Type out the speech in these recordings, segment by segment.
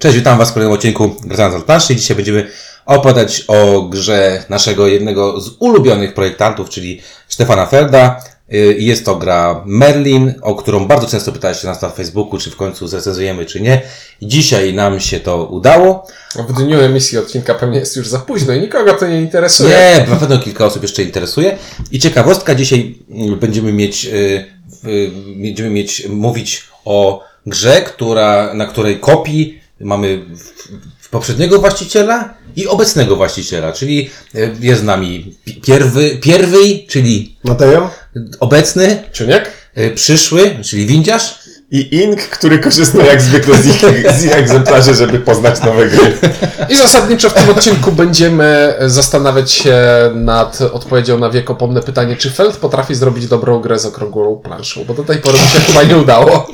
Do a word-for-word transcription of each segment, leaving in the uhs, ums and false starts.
Cześć, witam Was w kolejnym odcinku Grając od planszy. Dzisiaj będziemy opowiadać o grze naszego jednego z ulubionych projektantów, czyli Stefana Felda. Jest to gra Merlin, o którą bardzo często pytaliście nas na Facebooku, czy w końcu zrecenzujemy, czy nie. Dzisiaj nam się to udało. W dniu emisji odcinka pewnie jest już za późno i nikogo to nie interesuje. Nie, na pewno kilka osób jeszcze interesuje. I ciekawostka, dzisiaj będziemy mieć, będziemy mieć mówić o grze, która, na której kopii mamy poprzedniego właściciela i obecnego właściciela, czyli jest z nami pierwy, pierwy, czyli Mateo, obecny, Czuniek, przyszły, czyli windziarz i Ink, który korzysta jak zwykle z ich, z ich egzemplarzy, żeby poznać nowe gry. i zasadniczo w tym odcinku będziemy zastanawiać się nad odpowiedzią na wiekopomne pytanie, czy Feld potrafi zrobić dobrą grę z okrągłą planszą, bo do tej pory mi się chyba nie udało.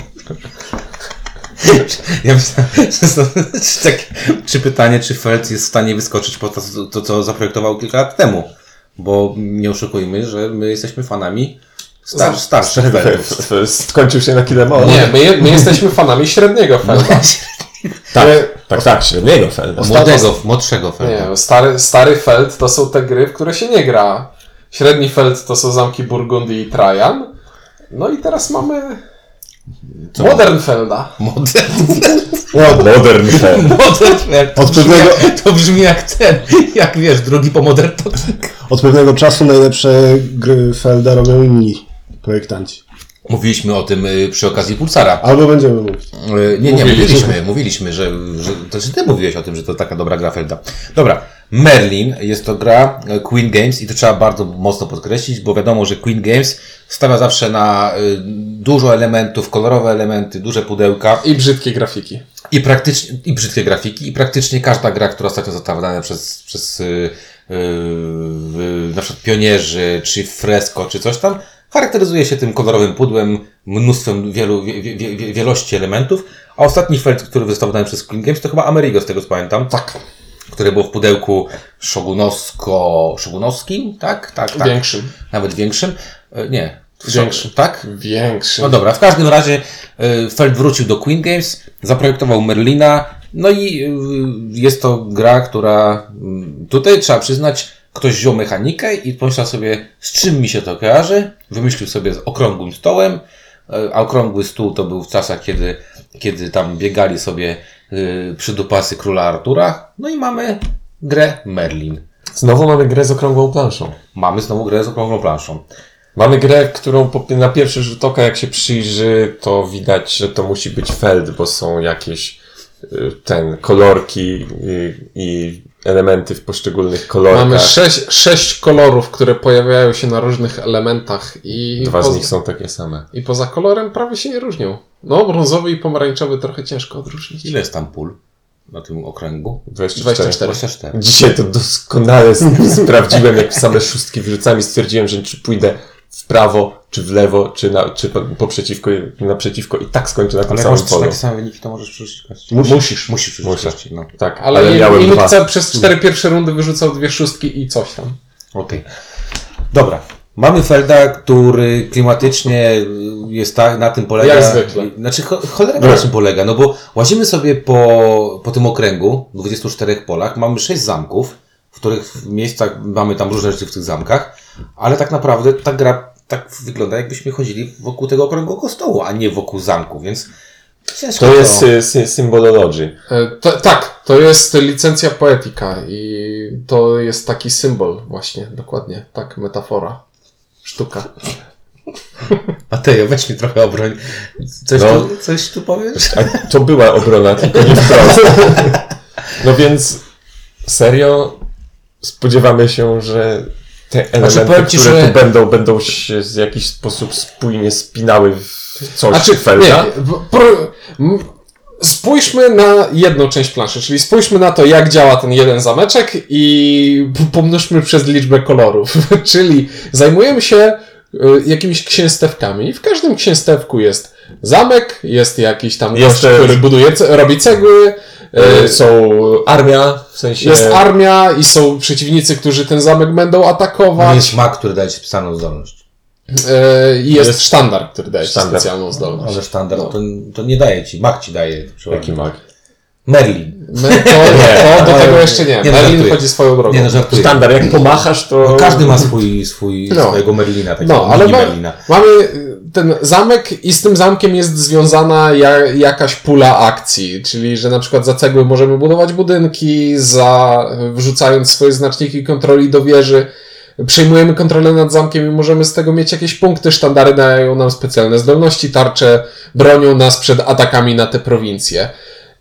Ja myślałem, że tak, czy pytanie, czy Feld jest w stanie wyskoczyć po to, to, co zaprojektował kilka lat temu. Bo nie oszukujmy, że my jesteśmy fanami star, starszych Feldów. Skończył się na Kilemo. Nie, my, je, my jesteśmy fanami średniego Felda. Tak, tak, tak, średniego Felda. Młodego, młodszego Felda. Nie, stary, stary Feld to są te gry, w które się nie gra. Średni Feld to są zamki Burgundii i Trajan. No i teraz mamy Co? Modern Felda. Modern Modern Feld. Modern Feld. To, Od brzmi pewnego- jak, to brzmi jak ten, jak wiesz, drugi po Modern Talking. Od pewnego czasu najlepsze gry Felda robią inni projektanci. Mówiliśmy o tym y, przy okazji Pulsara. Albo będziemy mówić. Y, nie, nie, Mówiliśmy. mówiliśmy, mówiliśmy, że, że to znaczy ty mówiłeś o tym, że to taka dobra gra Felda. Dobra, Merlin jest to gra y, Queen Games i to trzeba bardzo mocno podkreślić, bo wiadomo, że Queen Games stawia zawsze na y, dużo elementów, kolorowe elementy, duże pudełka I brzydkie grafiki. i praktycznie, i brzydkie grafiki i praktycznie każda gra, która ostatnio została wydana przez, przez y, y, y, na przykład Pionierzy, czy Fresco, czy coś tam, charakteryzuje się tym kolorowym pudłem, mnóstwem wielu, wie, wie, wie, wielości elementów, a ostatni Feld, który został wydany przez Queen Games, to chyba Amerigo, z tego co pamiętam. Tak. Które było w pudełku szogunowsko, szogunowskim, tak? Tak, tak. Większym. Nawet większym. E, Nie. Większym. Tak? Większym. No dobra, w każdym razie y, Feld wrócił do Queen Games, zaprojektował Merlina, no i y, jest to gra, która y, tutaj trzeba przyznać, ktoś wziął mechanikę i pomyślał sobie, z czym mi się to kojarzy, wymyślił sobie z okrągłym stołem, y, a okrągły stół to był w czasach, kiedy, kiedy tam biegali sobie y, przydupasy króla Artura, no i mamy grę Merlin. Znowu mamy grę z okrągłą planszą. Mamy znowu grę z okrągłą planszą. Mamy grę, którą po- na pierwszy rzut oka, jak się przyjrzy, to widać, że to musi być Feld, bo są jakieś y, ten, kolorki i, i elementy w poszczególnych kolorkach. Mamy sześć, sześć kolorów, które pojawiają się na różnych elementach i, Dwa poza, z nich są takie same. i poza kolorem prawie się nie różnią. No, brązowy i pomarańczowy trochę ciężko odróżnić. Ile jest tam pól na tym okręgu? dwadzieścia dwadzieścia cztery. dwadzieścia cztery. Dzisiaj to doskonale s- sprawdziłem, jak same szóstki wyrzucam i stwierdziłem, że czy pójdę w prawo, czy w lewo, czy, na, czy po, po przeciwko, naprzeciwko i tak skończę na tym Ale jak samym masz polu. takie same wyniki, to możesz przerzucić kości. Musisz. Musisz przerzucić Muszę. kości, no. Tak, Ale, ale, ale miałem dwa. Ilukca przez cztery pierwsze rundy wyrzucał dwie szóstki i coś tam. Okej. Dobra. Mamy Felda, który klimatycznie jest tak, na tym polega. Jak zwykle. Znaczy, cho- cholera na czym polega? No bo łazimy sobie po, po tym okręgu, dwudziestu czterech polach, mamy sześć zamków, w których miejscach mamy tam różne rzeczy w tych zamkach, ale tak naprawdę ta gra tak wygląda, jakbyśmy chodzili wokół tego okrągłego stołu, a nie wokół zamku, więc ciężko To jest y, sy- symbolology. E, to, tak, to jest licencja Poetica i to jest taki symbol właśnie, dokładnie, tak, metafora, sztuka. Matejo, weź mi trochę obroń. Coś, No. tu, coś tu powiesz? A to była obrona, tylko nie wprost. No więc serio spodziewamy się, że te elementy, powiem ci, które że- tu będą, będą się w jakiś sposób spójnie spinały w coś Znaczy, Felda. nie, w- pro, m, spójrzmy na jedną część planszy, czyli spójrzmy na to, jak działa ten jeden zameczek i p- pomnóżmy przez liczbę kolorów. Czyli zajmujemy się y, jakimiś księstewkami. W każdym księstewku jest zamek, jest jakiś tam Jest gość, też- który buduje, ce- robi cegły, y, Y, Są armia, w sensie... jest armia i są przeciwnicy, którzy ten zamek będą No atakować. jest mak, który daje ci specjalną zdolność. Y, I jest, Jest sztandar, który daje ci sztandar. specjalną zdolność. Ale sztandard No. to, to nie daje ci, mak ci daje. Jaki mag? Merlin. My, to, to do tego jeszcze nie. Nie, no, Merlin żartuję. chodzi swoją drogą. Nie no, żartuję. Sztandar, jak pomachasz, to... No, każdy ma swój, swój No. swojego Merlina, takiego No, ale mini ma, Merlina. mamy ten zamek i z tym zamkiem jest związana ja, jakaś pula akcji, czyli że na przykład za cegły możemy budować budynki, za wrzucając swoje znaczniki kontroli do wieży, przejmujemy kontrolę nad zamkiem i możemy z tego mieć jakieś punkty. Sztandary dają nam specjalne zdolności, tarcze bronią nas przed atakami na te prowincje.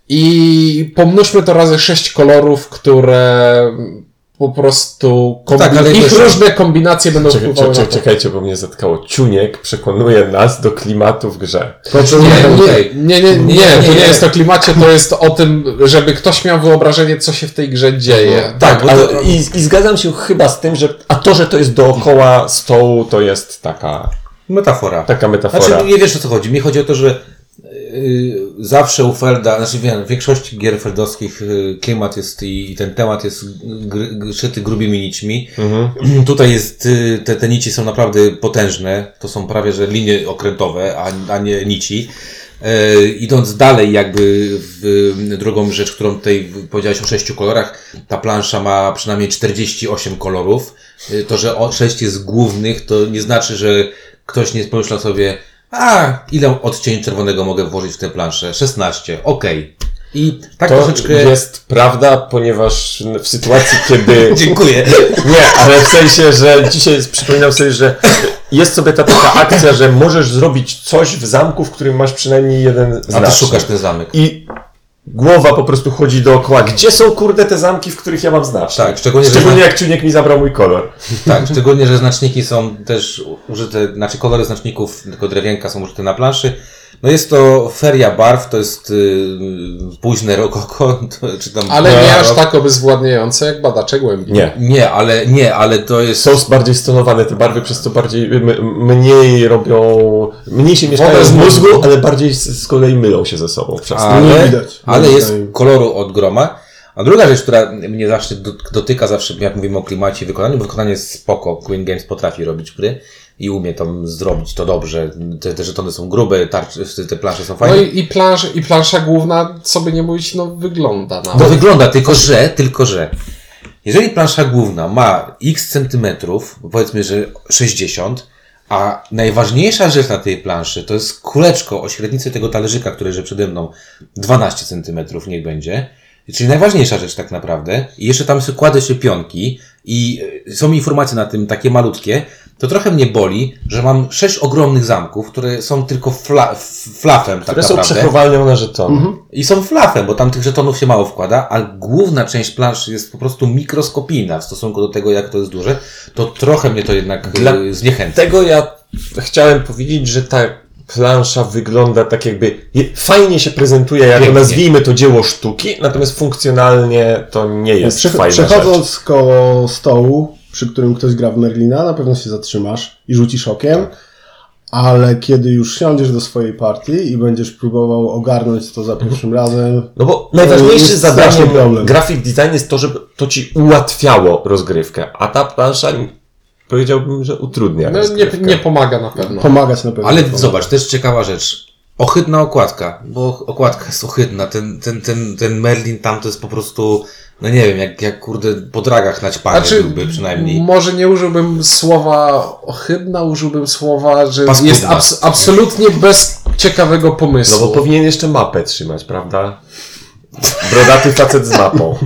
I pomnóżmy to razy sześć kolorów, które po prostu kombi- Tak, ale ich to- różne kombinacje będą Czekaj, wpływały czekaj, na to. czekajcie, bo mnie zatkało. Ciuniek przekonuje nas do klimatu w grze. Nie, Okej. nie, nie, nie, Nie, nie, to nie, nie nie. jest o klimacie, to jest o tym, żeby ktoś miał wyobrażenie, co się w tej grze dzieje. Tak, bo Ale to, i, I zgadzam się chyba z tym, że a to, że to jest dookoła stołu, to jest taka, metafora. taka metafora. Znaczy, nie wiesz o co chodzi. Mi chodzi o to, że yy, zawsze u Felda, znaczy wiem, w większości gier feldowskich yy, klimat jest i, i ten temat jest gry, gry, szyty grubymi nićmi. Mhm. Tutaj jest, yy, te, te nici są naprawdę potężne. To są prawie, że linie okrętowe, a, a nie nici. Yy, idąc dalej jakby w yy, drugą rzecz, którą tutaj powiedziałeś o sześciu kolorach, ta plansza ma przynajmniej czterdzieści osiem kolorów. Yy, to, że o, sześć jest głównych, to nie znaczy, że ktoś nie pomyślał sobie, a ile odcieni czerwonego mogę włożyć w tę planszę? szesnaście, okej. I tak To troszeczkę... jest prawda, ponieważ w sytuacji, kiedy... Dziękuję. Nie, ale w sensie, że dzisiaj przypominam sobie, że jest sobie ta taka akcja, że możesz zrobić coś w zamku, w którym masz przynajmniej jeden A ty znacznik. szukasz ten zamek. I głowa po prostu chodzi dookoła. Gdzie są kurde te zamki, w których ja mam znacznik? Tak, szczególnie, Szczególnie że, jak Ciuniek mi zabrał mój kolor. tak, szczególnie, że znaczniki są też użyte, znaczy kolory znaczników, tylko drewienka są użyte na planszy. No jest to feria barw, to jest yy, późne rokoko, to, czy tam... Ale no, nie aż rok- tak obezwładniające jak badacze głębi. Nie. Nie, ale, nie, ale to jest... Są bardziej stonowane te barwy, przez co bardziej m- mniej robią, mniej się mieszkają Woda z w mózgu, mózgu. ale bardziej z, z kolei mylą się ze sobą. Przez to. Ale, nie widać. ale Moim jest zdaniem. koloru od groma. A druga rzecz, która mnie zawsze do- dotyka, zawsze jak mówimy o klimacie i wykonaniu, bo wykonanie jest spoko. Queen Games potrafi robić gry i umie tam zrobić to dobrze. Te, te żetony są grube, tarcze, te plansze są No fajne. i, i, plansz, i plansza główna, co by nie mówić, no wygląda To nawet. wygląda, tylko że, tylko że. Jeżeli plansza główna ma x centymetrów, powiedzmy, że sześćdziesiąt, a najważniejsza rzecz na tej planszy to jest kuleczko o średnicy tego talerzyka, który leży przede mną, dwanaście centymetrów niech będzie. Czyli najważniejsza rzecz tak naprawdę. I jeszcze tam sobie kładę się pionki i y, są informacje na tym takie malutkie. To trochę mnie boli, że mam sześć ogromnych zamków, które są tylko fla, f- flafem tak Które są naprawdę. przechowalnią na żetony. I są flafem, bo tam tych żetonów się mało wkłada, a główna część planszy jest po prostu mikroskopijna w stosunku do tego, jak to jest duże. To trochę mnie to jednak Dla- y, zniechęca. Dlatego ja chciałem powiedzieć, że ta plansza wygląda tak jakby, je- fajnie się prezentuje jako, Pięknie. nazwijmy to dzieło sztuki, natomiast funkcjonalnie to nie jest Prze- fajna Przechodząc rzecz. koło stołu, przy którym ktoś gra w Merlina, na pewno się zatrzymasz i rzucisz okiem, ale kiedy już siądziesz do swojej partii i będziesz próbował ogarnąć to za pierwszym razem, No bo najważniejszym jest straszny zadaniem problem. graphic design jest to, żeby to ci ułatwiało rozgrywkę, a ta plansza powiedziałbym, że utrudnia No, nie, rozgrywkę. nie pomaga na pewno. pomagać na pewno. Ale zobacz, też ciekawa rzecz. Ohydna okładka, bo okładka jest ohydna. Ten, ten, ten, ten Merlin tam to jest po prostu, no nie wiem, jak, jak kurde po dragach naćpany Znaczy, byłby przynajmniej. może nie użyłbym słowa ohydna, użyłbym słowa, że Paskudna. jest abs- absolutnie bez ciekawego pomysłu. No bo powinien jeszcze mapę trzymać, prawda? Brodaty facet z mapą.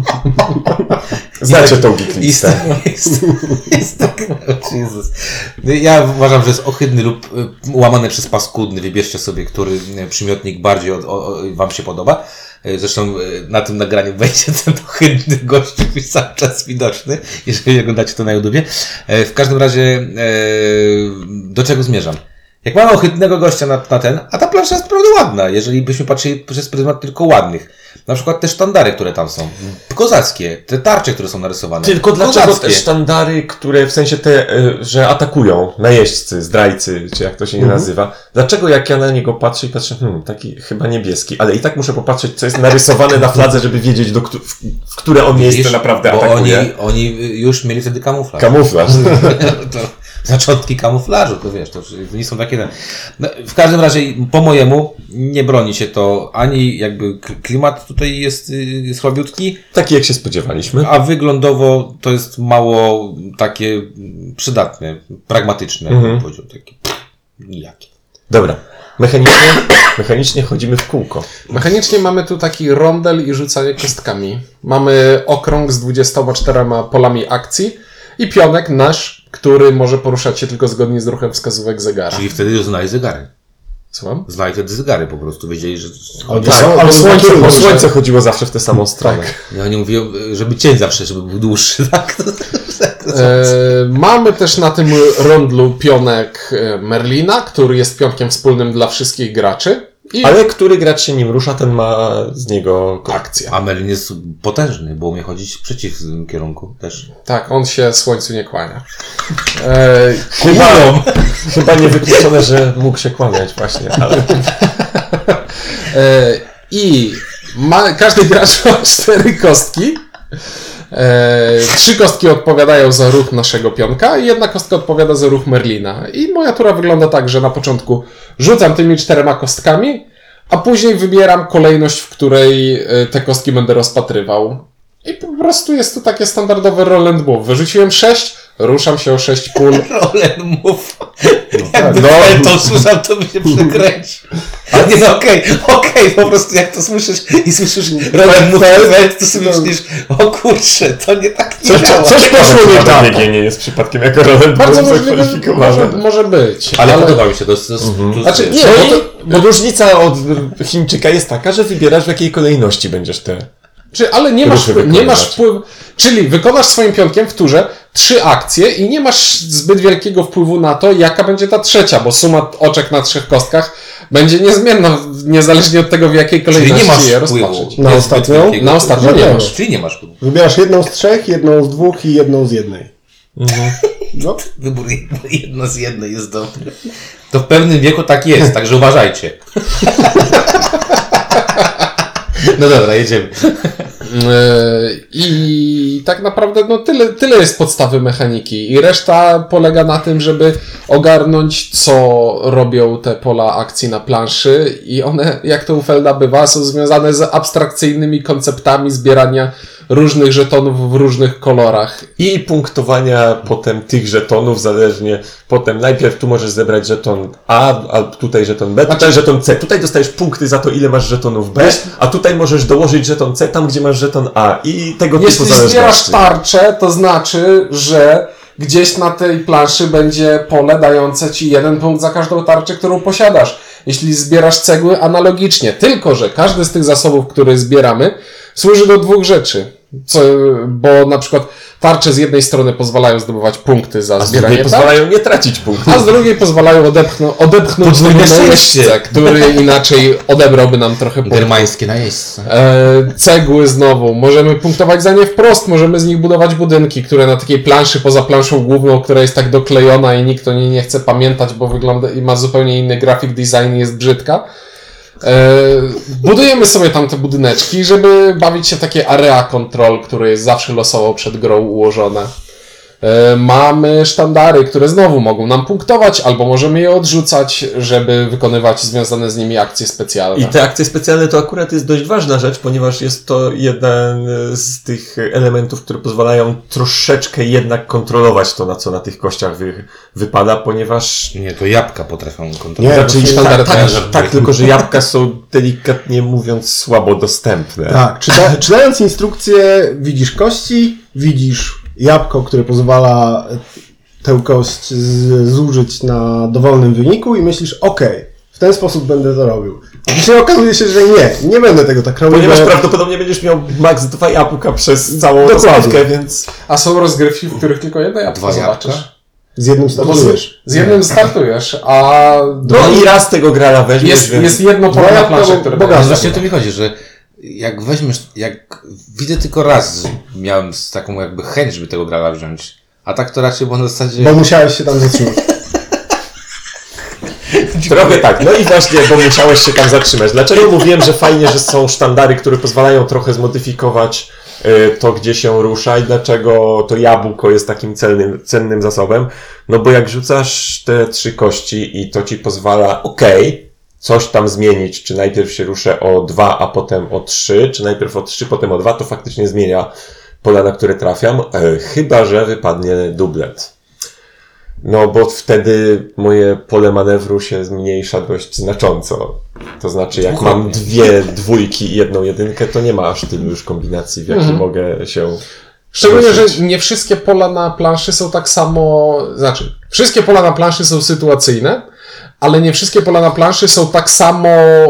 Znacie tą Jest, geeklistę. jest, jest tak, o Jezus. Ja uważam, że jest ohydny lub y, łamany przez paskudny. Wybierzcie sobie, który y, przymiotnik bardziej od, o, o, wam się podoba. Y, Zresztą y, na tym nagraniu będzie ten ohydny gościu już cały czas widoczny, jeżeli oglądacie to na YouTubie. Y, W każdym razie y, do czego zmierzam? Jak mamy ohydnego gościa na, na ten, a ta plansza jest naprawdę ładna, jeżeli byśmy patrzyli przez pryzmat tylko ładnych. Na przykład te sztandary, które tam są. Kozackie. Te tarcze, które są narysowane. Tylko dlaczego Kozackie. te sztandary, które w sensie te, y, że atakują najeźdźcy, zdrajcy, czy jak to się nie nazywa, dlaczego jak ja na niego patrzę i patrzę, hmm, taki chyba niebieski, ale i tak muszę popatrzeć, co jest narysowane na fladze, żeby wiedzieć, do, któ- w, w które on miejsce Widzisz? naprawdę Bo atakuje. oni, oni już mieli wtedy kamuflaż. Kamuflaż. to, zaczątki kamuflażu, to wiesz, to nie są takie... No, w każdym razie, po mojemu, nie broni się to, ani jakby k- klimat tutaj jest y, słabiutki, Taki jak się spodziewaliśmy. a wyglądowo to jest mało takie przydatne, pragmatyczne, Mhm. bym powiedział, takie pff, nijakie. Dobra. Mechanicznie, mechanicznie chodzimy w kółko. Mechanicznie mamy tu taki rondel i rzucanie kostkami. Mamy okrąg z dwudziestoma czterema polami akcji i pionek nasz, który może poruszać się tylko zgodnie z ruchem wskazówek zegara. Czyli wtedy znaj zegary. Słucham? Znaj wtedy zegary po prostu, wiedzieli, że... Albo, Tak, albo ale słońce znaczy, Bo Boże. słońce chodziło zawsze w tę samą stronę. Ja nie mówię, żeby cień zawsze, żeby był dłuższy, tak? E, mamy też na tym rondlu pionek e, Merlina, który jest pionkiem wspólnym dla wszystkich graczy. I Ale który gracz się nim rusza, ten ma z niego akcja. A Merlin jest potężny, bo umie chodzić przeciw kierunku też. Tak, on się słońcu nie kłania. E, Chyba, chyba niewykluczone, że mógł się kłaniać właśnie, ale... E, I ma, każdy gracz ma cztery kostki. E, trzy kostki odpowiadają za ruch naszego pionka i jedna kostka odpowiada za ruch Merlina. I moja tura wygląda tak, że na początku rzucam tymi czterema kostkami, a później wybieram kolejność, w której e, te kostki będę rozpatrywał. I po prostu jest to takie standardowe roll and move. Wyrzuciłem sześć, ruszam się o sześć pól. Rolen mów. tak, Jakby no. to usłyszał, to by się przekręcił. Ale nie, no okej, okej, po prostu jak to słyszysz i słyszysz Rolen mów, to sobie myślisz, o kurczę, to nie tak nie Coś, działa. coś poszło nie tak. B G nie jest przypadkiem jako rolę Bardzo możliwe, może, zakwalifikowane. może być. Ale, podoba mi się, to jest... To, jest- to, Znaczy, wiesz, nie, No bo i to, bo różnica od Chińczyka jest taka, że wybierasz w jakiej kolejności będziesz te... Czy, ale nie masz, Ruchy wpływ- nie wykonywać. masz wpływu. Czyli wykonasz swoim pionkiem w turze trzy akcje i nie masz zbyt wielkiego wpływu na to, jaka będzie ta trzecia, bo suma oczek na trzech kostkach będzie niezmienna, niezależnie od tego, w jakiej Czyli kolejności nie masz je wpływu. rozpatrzeć. Na Nie ostatnią? zbyt wielkiego Na ostatnią wpływu. nie masz. Czyli nie masz wpływu. Wybierasz jedną z trzech, jedną z dwóch i jedną z jednej. No. Wybór jedno, jedno z jednej jest dobry. To w pewnym wieku tak jest, także uważajcie. No dobra, jedziemy. Yy, I tak naprawdę no tyle, tyle jest podstawy mechaniki i reszta polega na tym, żeby ogarnąć, co robią te pola akcji na planszy i one, jak to u Felda bywa, są związane z abstrakcyjnymi konceptami zbierania różnych żetonów w różnych kolorach. I punktowania potem tych żetonów zależnie. Potem najpierw tu możesz zebrać żeton A, a tutaj żeton B, tutaj żeton C. Tutaj dostajesz punkty za to, ile masz żetonów B, a tutaj możesz dołożyć żeton C tam, gdzie masz żeton A. I tego typu Jeśli zbierasz zależności. tarczę, to znaczy, że gdzieś na tej planszy będzie pole dające ci jeden punkt za każdą tarczę, którą posiadasz. Jeśli zbierasz cegły, analogicznie. Tylko że każdy z tych zasobów, które zbieramy, służy do dwóch rzeczy. Co, bo na przykład tarcze z jednej strony pozwalają zdobywać punkty za A z zbieranie drugiej tarcz, pozwalają nie tracić punktów. a z drugiej pozwalają odepchnąć, odepchnąć Podwójne tego szczęście. najeźdźcę, który inaczej odebrałby nam trochę punktów. Germańskie najeźdźce. E, cegły znowu. Możemy punktować za nie wprost, możemy z nich budować budynki, które na takiej planszy, poza planszą główną, która jest tak doklejona i nikt o niej nie chce pamiętać, bo wygląda i ma zupełnie inny graphic design i jest brzydka. E, budujemy sobie tam te budyneczki, żeby bawić się w takie area control, które jest zawsze losowo przed grą ułożone. E, Mamy sztandary, które znowu mogą nam punktować, albo możemy je odrzucać, żeby wykonywać związane z nimi akcje specjalne. I te akcje specjalne to akurat jest dość ważna rzecz, ponieważ jest to jeden z tych elementów, które pozwalają troszeczkę jednak kontrolować to, na co na tych kościach wy, wypada, ponieważ... Nie, to jabłka potrafią kontrolować. Nie, Znaczy, to są- sztandary tak, też. tak, tak, tylko że jabłka są delikatnie mówiąc słabo dostępne. Tak, czyta, czytając instrukcję widzisz kości, widzisz jabłko, które pozwala tę kość z, zużyć na dowolnym wyniku i myślisz, okej, w ten sposób będę to robił. A dzisiaj okazuje się, że nie, nie będę tego tak robił, Ponieważ bo prawdopodobnie będziesz miał max dwa jabłka przez całą Dokładnie. rozgrywkę, więc... A są rozgrywki, w których tylko jedno jabłko Dwa zobaczysz. jabłka? z jednym Bo startujesz. z, z jednym startujesz, a No i raz tego grala weźmiesz, jest, więc... jest jedno Dwa pole na jabłka, planszy, bo- które bo daje. No gaz- właśnie o to mi chodzi, że jak weźmiesz, jak widzę tylko raz, miałem z taką jakby chęć, żeby tego grala wziąć, a tak to raczej było na zasadzie... Bo musiałeś się tam zatrzymać. Trochę tak, no i właśnie, bo musiałeś się tam zatrzymać. Dlaczego mówiłem, że fajnie, że są sztandary, które pozwalają trochę zmodyfikować y, to, gdzie się rusza i dlaczego to jabłko jest takim cennym, cennym zasobem. No bo jak rzucasz te trzy kości i to ci pozwala, okej, okay, coś tam zmienić, czy najpierw się ruszę o dwa, a potem o trzy, czy najpierw o trzy, potem o dwa, to faktycznie zmienia pola, na które trafiam, e, chyba że wypadnie dublet. No bo wtedy moje pole manewru się zmniejsza dość znacząco. To znaczy, jak mam dwie dwójki i jedną jedynkę, to nie ma aż tylu już kombinacji, w jakie mhm. mogę się... Szczególnie, ruszyć. że nie wszystkie pola na planszy są tak samo... Znaczy, wszystkie pola na planszy są sytuacyjne, ale nie wszystkie pola na planszy są tak samo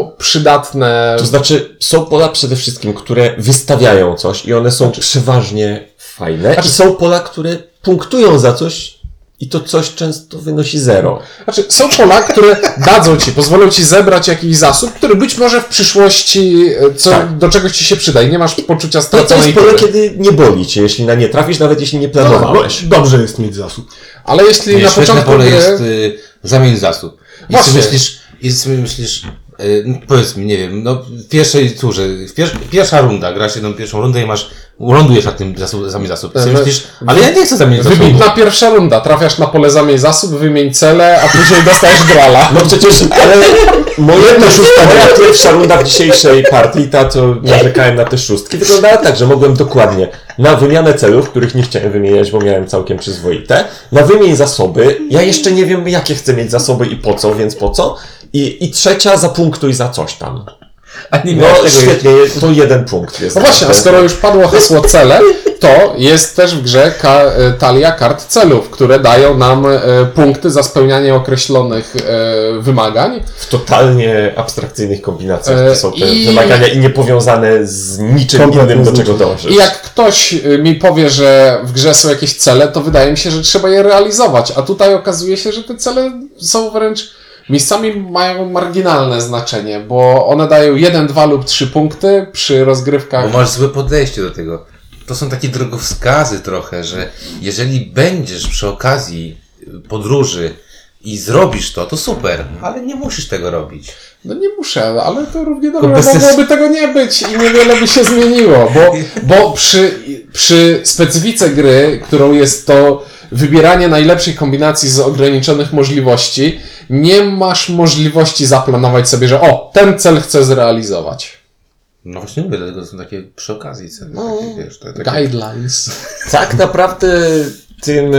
przydatne. To znaczy, są pola przede wszystkim, które wystawiają coś i one są znaczy, przeważnie fajne. Znaczy, i są pola, które punktują za coś i to coś często wynosi zero. Znaczy, są pola, które dadzą ci, pozwolą ci zebrać jakiś zasób, który być może w przyszłości co, tak. do czegoś ci się przyda i nie masz poczucia straconej. To jest pole, kiedy nie boli cię, jeśli na nie trafisz, nawet jeśli nie planowałeś. No, dobrze jest mieć zasób. Ale jeśli nie, na początku pole gry... jest y, zamień zasób. I Właśnie. sobie myślisz, i sobie myślisz y, no powiedz mi, nie wiem, no w pierwszej turze, w pier, pierwsza runda, grasz jedną pierwszą rundę i masz, lądujesz na tym zasób, zamień zasób. I sobie myślisz, ale ja nie chcę zamienić zasobu. Wybitna pierwsza runda, trafiasz na pole zamień zasób, wymień cele, a później dostajesz grala. No przecież, ale moje te szóstka, moja pierwsza runda w dzisiejszej partii, ta co narzekałem na te szóstki, wyglądała tak, że mogłem dokładnie na wymianę celów, których nie chciałem wymieniać, bo miałem całkiem przyzwoite, na wymień zasoby, ja jeszcze nie wiem jakie chcę mieć zasoby i po co, więc po co, i, i trzecia zapunktuj za coś tam. A nie no tego świetnie, jest, to jeden punkt jest. No właśnie, a skoro już padło hasło cele, to jest też w grze ka- talia kart celów, które dają nam e, punkty za spełnianie określonych e, wymagań. W totalnie abstrakcyjnych kombinacjach e, to są te i... wymagania i niepowiązane z niczym Kompletnie innym, do czego dążysz. I jak ktoś mi powie, że w grze są jakieś cele, to wydaje mi się, że trzeba je realizować, a tutaj okazuje się, że te cele są wręcz... Miejscami mają marginalne znaczenie, bo one dają jeden, dwa lub trzy punkty przy rozgrywkach. Bo masz złe podejście do tego. To są takie drogowskazy trochę, że jeżeli będziesz przy okazji podróży i zrobisz to, to super, ale nie musisz tego robić. No nie muszę, ale to równie dobrze bez mogłoby sens... tego nie być i niewiele by się zmieniło, bo, bo przy, przy specyfice gry, którą jest to wybieranie najlepszej kombinacji z ograniczonych możliwości, nie masz możliwości zaplanować sobie, że o, ten cel chcę zrealizować. No właśnie mówię, dlatego są takie przy okazji cele. No, takie, wiesz, to, takie... guidelines. Tak naprawdę tym,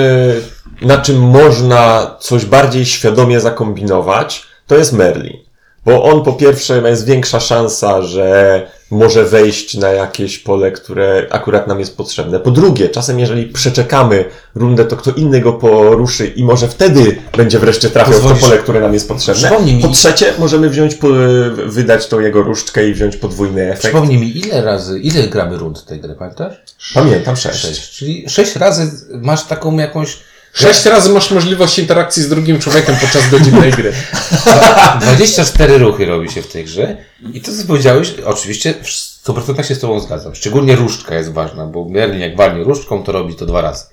na czym można coś bardziej świadomie zakombinować, to jest Merlin. Bo on po pierwsze jest większa szansa, że może wejść na jakieś pole, które akurat nam jest potrzebne. Po drugie, czasem jeżeli przeczekamy rundę, to kto inny go poruszy i może wtedy będzie wreszcie trafiał w to pole, które nam jest potrzebne. Po trzecie, możemy wziąć, po, wydać tą jego różdżkę i wziąć podwójny efekt. Przypomnij mi, ile razy, ile gramy rund tej gry, pamiętasz? Pamiętam, sześć. sześć. Czyli sześć razy masz taką jakąś... Sześć razy masz możliwość interakcji z drugim człowiekiem podczas godzinnej gry. dwadzieścia cztery ruchy robi się w tej grze i to, co powiedziałeś, oczywiście w sto procent się z tobą zgadzam. Szczególnie różdżka jest ważna, bo Merlin jak walnie różdżką, to robi to dwa razy.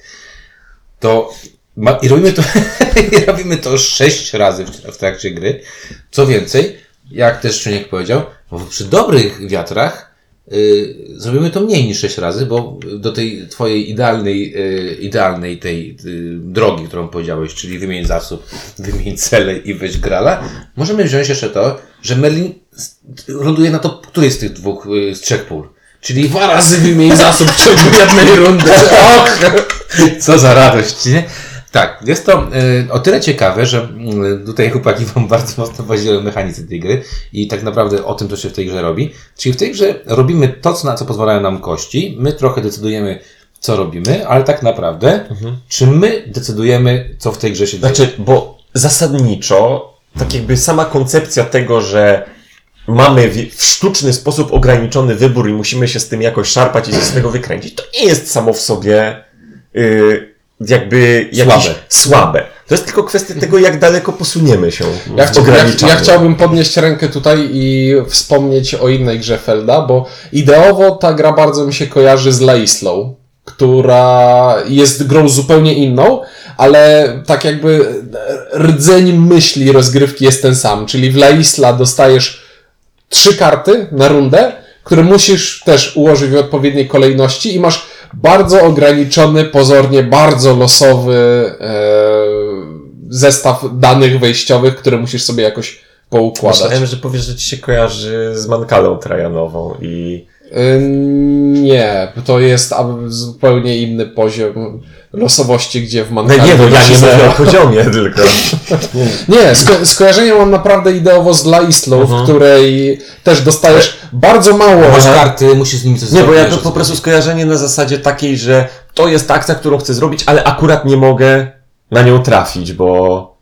To ma, i robimy to i robimy to sześć razy w, w trakcie gry. Co więcej, jak też Czuniek powiedział, przy dobrych wiatrach Yy, zrobimy to mniej niż sześć razy, bo do tej twojej idealnej, yy, idealnej tej yy, drogi, którą powiedziałeś, czyli wymień zasób, wymień cele i weź grala, możemy wziąć jeszcze to, że Merlin ląduje na to której z tych dwóch, yy, z trzech pól. Czyli dwa razy wymień zasób w ciągu jednej rundy. Och! Co za radość, nie? Tak, jest to y, o tyle ciekawe, że y, tutaj chłopaki wam bardzo mocno powiedzieli o mechanice tej gry i tak naprawdę o tym, co się w tej grze robi. Czyli w tej grze robimy to, co, na co pozwalają nam kości. My trochę decydujemy, co robimy, ale tak naprawdę, mhm. czy my decydujemy, co w tej grze się dzieje? Znaczy, bo zasadniczo, tak jakby sama koncepcja tego, że mamy w, w sztuczny sposób ograniczony wybór i musimy się z tym jakoś szarpać i się z tego wykręcić, to nie jest samo w sobie... Yy, jakby jakieś słabe. słabe. To jest tylko kwestia tego, jak daleko posuniemy się ja, w chci- ograniczaniu. Ja, ja chciałbym podnieść rękę tutaj i wspomnieć o innej grze Felda, bo ideowo ta gra bardzo mi się kojarzy z La Islą, która jest grą zupełnie inną, ale tak jakby rdzeń myśli rozgrywki jest ten sam, czyli w La Isla dostajesz trzy karty na rundę, który musisz też ułożyć w odpowiedniej kolejności i masz bardzo ograniczony, pozornie bardzo losowy e, zestaw danych wejściowych, które musisz sobie jakoś poukładać. Myślałem, że powiesz, że ci się kojarzy z Mankalą Trajanową i... Y, Nie, to jest aby zupełnie inny poziom losowości, gdzie w No Mankali... nie, no ja nie mówię o poziomie tylko. Nie, sko- skojarzenie mam naprawdę ideowo z Laislu, w której też dostajesz bardzo mało... Masz karty, musisz z nimi coś Nie, bo zrobić. ja to po prostu skojarzenie na zasadzie takiej, że to jest akcja, którą chcę zrobić, ale akurat nie mogę na nią trafić, bo...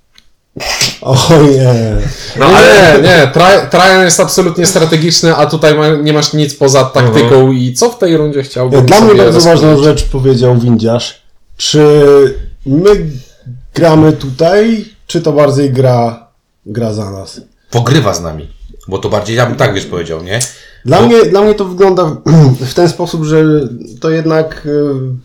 Ojej. No nie, ale... nie, Tra- Trajan jest absolutnie strategiczny, a tutaj ma, nie masz nic poza taktyką i co w tej rundzie chciałbym Dla mnie sobie bardzo rozkminić? ważną rzecz powiedział Windziarz. Czy my gramy tutaj, czy to bardziej gra, gra za nas? Pogrywa z nami. Bo to bardziej, ja bym tak wiesz powiedział, nie? Dla, Bo- mnie, dla mnie to wygląda w ten sposób, że to jednak y,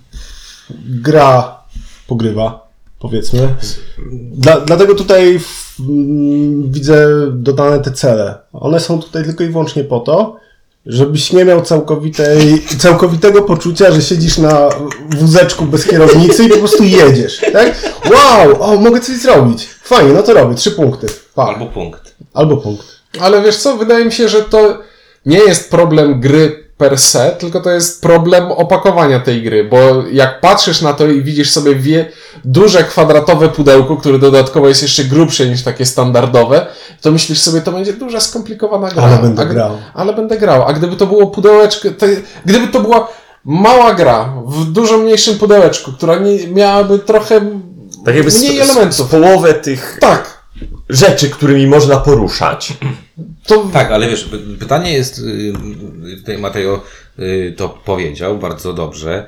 gra pogrywa, powiedzmy. Dla, dlatego tutaj w, mm, widzę dodane te cele. One są tutaj tylko i wyłącznie po to, żebyś nie miał całkowitej, całkowitego poczucia, że siedzisz na wózeczku bez kierownicy i po prostu jedziesz, tak? Wow, o, mogę coś zrobić. Fajnie, no to robię, trzy punkty. Pa. Albo punkt. Albo punkt. Ale wiesz co, wydaje mi się, że to nie jest problem gry per se, tylko to jest problem opakowania tej gry, bo jak patrzysz na to i widzisz sobie wie, duże kwadratowe pudełko, które dodatkowo jest jeszcze grubsze niż takie standardowe, to myślisz sobie, to będzie duża, skomplikowana gra. Ale będę A gdy- grał. Ale będę grał. A gdyby to było pudełeczko, to, gdyby to była mała gra w dużo mniejszym pudełeczku, która nie, miałaby trochę Tak jakby mniej z, elementów. z połowę tych Tak. rzeczy, którymi można poruszać. To Tak, ale wiesz, py- pytanie jest, yy, tutaj Mateo yy, to powiedział bardzo dobrze,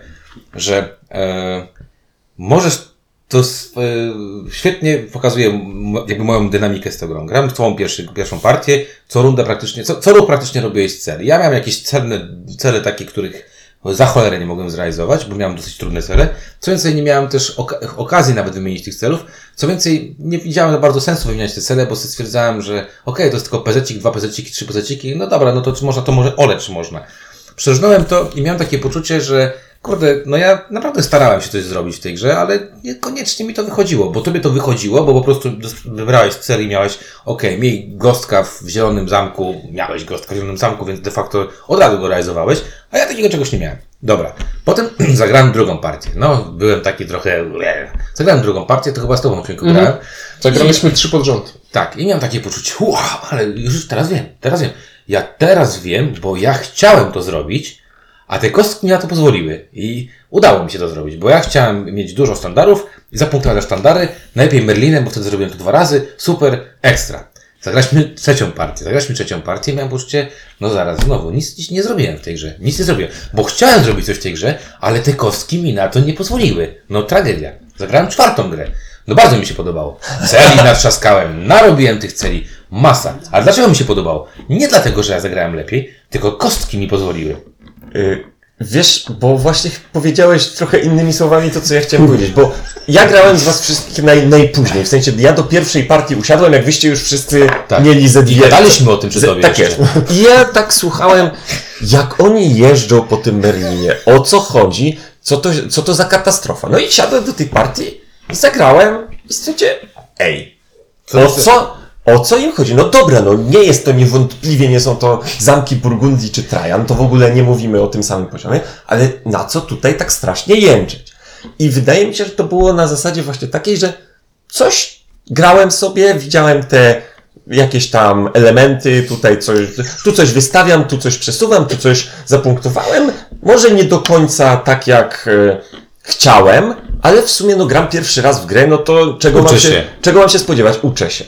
że e, możesz, to s- e, świetnie pokazuje m- jakby moją dynamikę z tą grą. Gram całą pierwszy, pierwszą partię, co rundę praktycznie, co, co ruch praktycznie robiłeś cel. Ja miałem jakieś celne, cele takie, których za cholerę nie mogłem zrealizować, bo miałem dosyć trudne cele. Co więcej, nie miałem też oka- okazji nawet wymienić tych celów. Co więcej, nie widziałem za bardzo sensu wymieniać te cele, bo sobie stwierdzałem, że okej, to jest tylko pezecik, dwa pezeciki, trzy pezeciki, no dobra, no to czy można, to może ole, czy można. Przeżnąłem to i miałem takie poczucie, że kurde, no ja naprawdę starałem się coś zrobić w tej grze, ale niekoniecznie mi to wychodziło, bo tobie to wychodziło, bo po prostu dos- wybrałeś cel i miałeś, okej, miej gostka w Zielonym Zamku, miałeś gostka w Zielonym Zamku, więc de facto od razu go realizowałeś, a ja takiego czegoś nie miałem. Dobra. Potem zagrałem drugą partię. No, byłem taki trochę... Zagrałem drugą partię, to chyba z tobą człowieku grałem. zagraliśmy trzy pod rząd. Tak, i miałem takie poczucie, wow, ale już teraz wiem, teraz wiem. Ja teraz wiem, bo ja chciałem to zrobić, a te kostki mi na to pozwoliły. I udało mi się to zrobić, bo ja chciałem mieć dużo sztandarów i zapunktować sztandary, najlepiej Merlinem, bo wtedy zrobiłem to dwa razy, super, ekstra. Zagraliśmy trzecią partię, zagraliśmy trzecią partię i miałem poczucie, no zaraz, znowu, nic, nic nie zrobiłem w tej grze, nic nie zrobiłem, bo chciałem zrobić coś w tej grze, ale te kostki mi na to nie pozwoliły. No tragedia. Zagrałem czwartą grę. No bardzo mi się podobało. Celi natrzaskałem, narobiłem tych celi, masa. Ale dlaczego mi się podobało? Nie dlatego, że ja zagrałem lepiej, tylko kostki mi pozwoliły. Y, Wiesz, bo właśnie powiedziałeś trochę innymi słowami to, co ja chciałem powiedzieć, bo ja grałem z was wszystkich naj, najpóźniej, w sensie ja do pierwszej partii usiadłem, jak wyście już wszyscy Tak. mieli ze I dwie... gadaliśmy o tym przy ze- tobie Tak jeszcze. jest. I ja tak słuchałem, jak oni jeżdżą po tym Merlinie, o co chodzi, co to, co to za katastrofa. No i siadłem do tej partii i zagrałem i stwierdziłem, ej, o co... O co im chodzi? No dobra, no nie jest to niewątpliwie, nie są to zamki Burgundii czy Trajan, to w ogóle nie mówimy o tym samym poziomie, ale na co tutaj tak strasznie jęczeć? I wydaje mi się, że to było na zasadzie właśnie takiej, że coś grałem sobie, widziałem te jakieś tam elementy, tutaj coś, tu coś wystawiam, tu coś przesuwam, tu coś zapunktowałem, może nie do końca tak jak e, chciałem, ale w sumie no gram pierwszy raz w grę, no to czego, Uczę mam się, się. czego mam się spodziewać? Uczę się.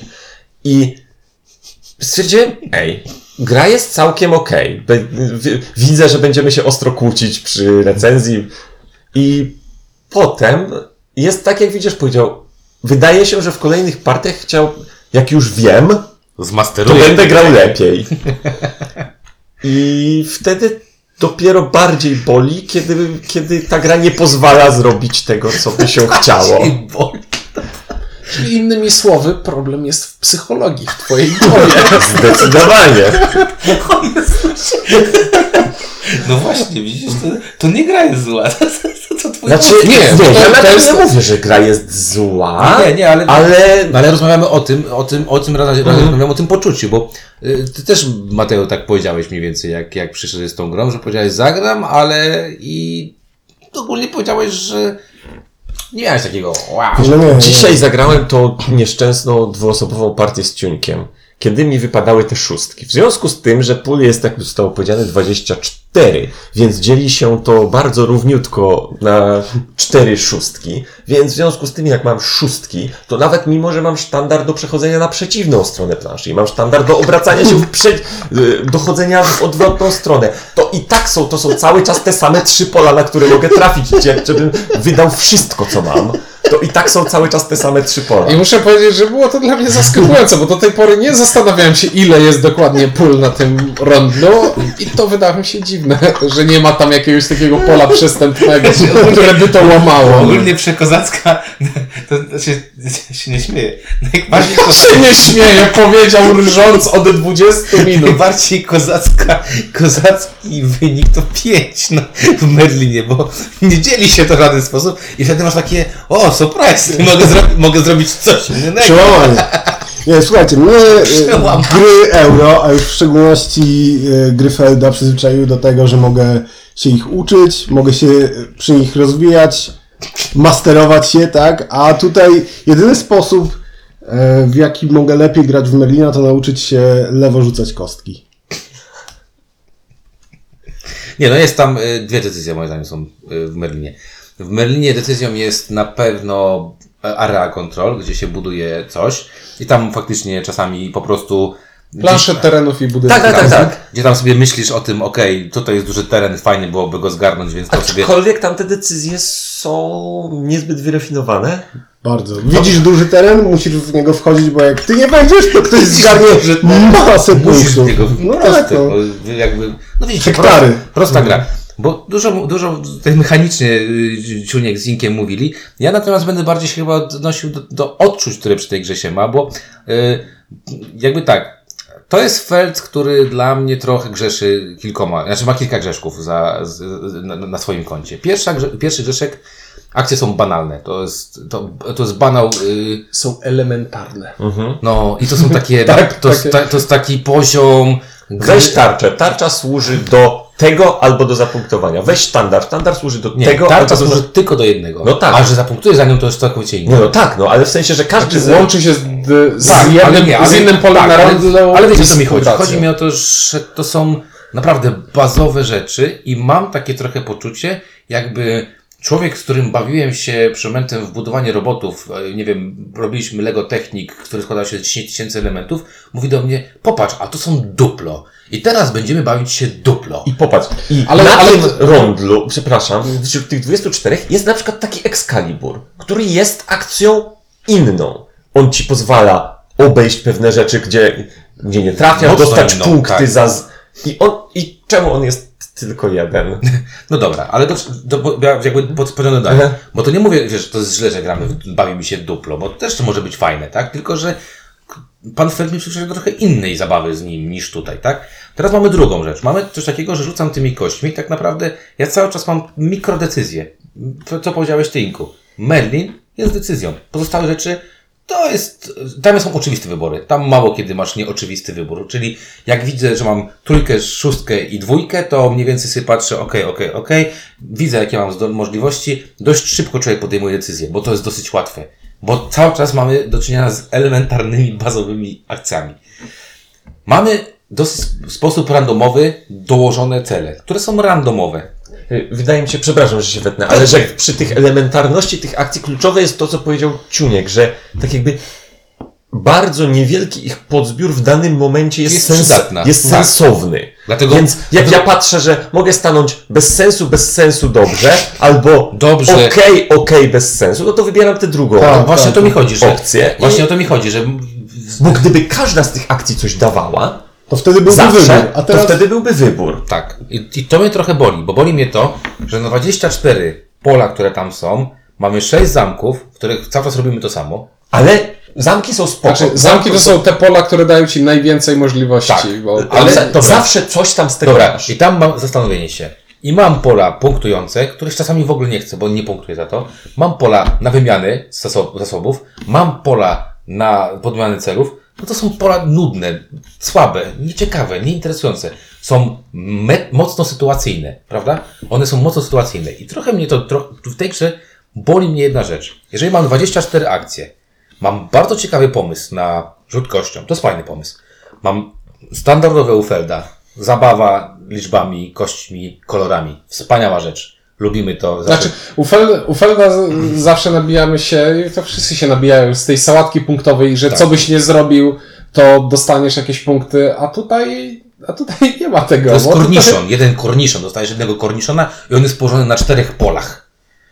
I stwierdziłem, ej, gra jest całkiem okej. Be- w- Widzę, że będziemy się ostro kłócić przy recenzji. I potem jest tak, jak widzisz, powiedział, wydaje się, że w kolejnych partiach chciał, jak już wiem, to Zmasteruję. będę grał lepiej. I wtedy dopiero bardziej boli, kiedy, kiedy ta gra nie pozwala zrobić tego, co by się chciało. I boli. Czyli innymi słowy, problem jest w psychologii, w twojej głowie. Zdecydowanie. No właśnie, widzisz, to, to nie gra jest zła. To, to, to twój Znaczy, nie, nie, to- nie ja to nawet jest- nie mówię, że gra jest zła, Nie, nie, ale, ale no, ale rozmawiamy o tym, o tym, o tym, raz- Mhm. rozmawiamy o tym poczuciu, bo y, ty też, Mateo, tak powiedziałeś mniej więcej, jak, jak przyszedłeś z tą grą, że powiedziałeś zagram, ale i ogólnie powiedziałeś, że nie miałeś takiego wow. No nie, nie. dzisiaj zagrałem tą nieszczęsną dwuosobową partię z Ciuńkiem, kiedy mi wypadały te szóstki. W związku z tym, że pól jest, jak zostało powiedziane, dwadzieścia cztery, więc dzieli się to bardzo równiutko na cztery szóstki, więc w związku z tym, jak mam szóstki, to nawet mimo, że mam sztandar do przechodzenia na przeciwną stronę planszy i mam sztandar do obracania się w prze... do chodzenia w odwrotną stronę, to i tak są, to są cały czas te same trzy pola, na które mogę trafić, gdzie żebym wydał wszystko, co mam. To i tak są cały czas te same trzy pola. I muszę powiedzieć, że było to dla mnie zaskakujące, bo do tej pory nie zastanawiałem się, ile jest dokładnie pól na tym rondlu i to wydało mi się dziwne, że nie ma tam jakiegoś takiego pola przestępnego, które by to łamało. Ogólnie przekozacka, to, to się, to się nie śmieje. Najbardziej, Ja się nie śmieję, powiedział rżąc od dwudziestu minut. najbardziej kozacka, kozacki wynik to pięć no, w Merlinie, bo nie dzieli się to w żaden sposób i wtedy masz takie, o, surprise, mogę, zro- mogę zrobić coś innego. Przełamanie. Nie, słuchajcie, mnie e, Przełamanie. gry euro, a już w szczególności e, gry Felda przyzwyczaiły do tego, że mogę się ich uczyć, mogę się przy nich rozwijać, masterować się, tak? A tutaj jedyny sposób, e, w jaki mogę lepiej grać w Merlina, to nauczyć się lewo rzucać kostki. Nie, no jest tam y, dwie decyzje moim zdaniem są y, w Merlinie. W Merlinie decyzją jest na pewno area control, gdzie się buduje coś i tam faktycznie czasami po prostu Plansze terenów i budynków. Tak, tak, tak, tak. gdzie tam sobie myślisz o tym, okej, tutaj jest duży teren, fajnie byłoby go zgarnąć, więc to sobie... Aczkolwiek tam te decyzje są niezbyt wyrafinowane. Bardzo. Widzisz duży teren, musisz w niego wchodzić, bo jak ty nie wejdziesz, to ktoś zgarnie duży teren, masę Musisz w punktów. niego No proste, tak, no. bo jakby, no widzicie, Hektary. prosta, prosta gra. Bo dużo, dużo tutaj mechanicznie y, Ciuniek z Inkiem mówili. Ja natomiast będę bardziej się chyba odnosił do, do odczuć, które przy tej grze się ma, bo y, jakby tak, to jest Feld, który dla mnie trochę grzeszy kilkoma, znaczy ma kilka grzeszków za, z, na, na swoim koncie. Pierwsza, grze, pierwszy grzeszek, akcje są banalne. To jest, to, to jest banał... Y, Są elementarne. no i to są takie, Tak, to, jest, takie. ta, to jest taki poziom... Weź tarczę. Tarcza służy do tego albo do zapunktowania. Weź sztandar. Sztandar służy do Nie, tego tarcza albo do... służy tylko do jednego. No tak. A że zapunktujesz za nią, to jest całkowicie Nie, inne. no tak, no ale w sensie, że każdy z... Łączy się z, z, Tak, jednym, ale nie, ale, z innym polem tak, na ale, rondlu. ale wiecie, i o co mi chodzi. współpracą. Chodzi mi o to, że to są naprawdę bazowe rzeczy i mam takie trochę poczucie, jakby człowiek, z którym bawiłem się przy momentem w budowanie robotów, e, nie wiem, robiliśmy Lego Technik, który składał się z dziesięć tysięcy elementów, mówi do mnie, popatrz, a to są duplo. I teraz będziemy bawić się duplo. I popatrz, i Ale- na ale- tym rondlu, przepraszam, wśród tych dwudziestu czterech jest na przykład taki Excalibur, który jest akcją inną. On ci pozwala obejść pewne rzeczy, gdzie, gdzie nie trafiasz, Mocno dostać inną, punkty tak. za... z- I on, i czemu on jest tylko jeden? No dobra, ale to, to bo ja jakby podpowiedziane dalej. Aha. Bo to nie mówię, wiesz, że to jest źle, że gramy, w- bawi mi się duplo, bo to też to może być fajne, tak? Tylko, że pan Feld mi przyszedł do trochę innej zabawy z nim niż tutaj, tak? Teraz mamy drugą rzecz. Mamy coś takiego, że rzucam tymi kośćmi i tak naprawdę ja cały czas mam mikrodecyzje. To, co powiedziałeś ty, Inku. Merlin jest decyzją. Pozostałe rzeczy to jest, tam są oczywiste wybory. Tam mało kiedy masz nieoczywisty wybór. Czyli jak widzę, że mam trójkę, szóstkę i dwójkę, to mniej więcej sobie patrzę, okej, okej, okej. Widzę, jakie mam zdo- możliwości. Dość szybko człowiek podejmuje decyzję, bo to jest dosyć łatwe. Bo cały czas mamy do czynienia z elementarnymi, bazowymi akcjami. Mamy dosyć w sposób randomowy dołożone cele, które są randomowe. Wydaje mi się, przepraszam, że się wetnę, ale że przy tych elementarności tych akcji kluczowe jest to, co powiedział Ciuniek, że tak jakby bardzo niewielki ich podzbiór w danym momencie jest, Jest sens, przydatna. jest Tak. sensowny. Dlatego- Więc jak dlatego- ja patrzę, że mogę stanąć bez sensu, bez sensu dobrze, albo Dobrze. okej, okej, bez sensu, no to wybieram tę drugą Tak. Właśnie o to mi chodzi, że... opcję. Właśnie I, o to mi chodzi, że... bo gdyby każda z tych akcji coś dawała, To wtedy byłby zawsze, wybór. A teraz to wtedy byłby wybór. Tak. I, I to mnie trochę boli, bo boli mnie to, że na dwadzieścia cztery pola, które tam są, mamy sześć zamków, w których cały czas robimy to samo. Ale zamki są spoko. Znaczy, zamki to są te pola, które dają ci najwięcej możliwości. Tak, bo Ale ale- dobra. zawsze coś tam z tego Dobra, masz. i tam mam zastanowienie się. I mam pola punktujące, których czasami w ogóle nie chcę, bo nie punktuję za to. Mam pola na wymiany zasob- zasobów, mam pola na podmiany celów. No to są pola nudne, słabe, nieciekawe, nieinteresujące. Są me- mocno sytuacyjne, prawda? One są mocno sytuacyjne. I trochę mnie to, tro- w tej grze boli mnie jedna rzecz. Jeżeli mam dwadzieścia cztery akcje, mam bardzo ciekawy pomysł na rzut kością, to jest fajny pomysł. Mam standardowe Ufelda, zabawa liczbami, kośćmi, kolorami. Wspaniała rzecz. Lubimy to. Znaczy, u, Fel, u Felda z- zawsze nabijamy się, i to wszyscy się nabijają z tej sałatki punktowej, że Tak. co byś nie zrobił, to dostaniesz jakieś punkty, a tutaj, a tutaj nie ma tego. To jest bo tutaj- korniszon, jeden korniszon. Dostajesz jednego korniszona i on jest położony na czterech polach.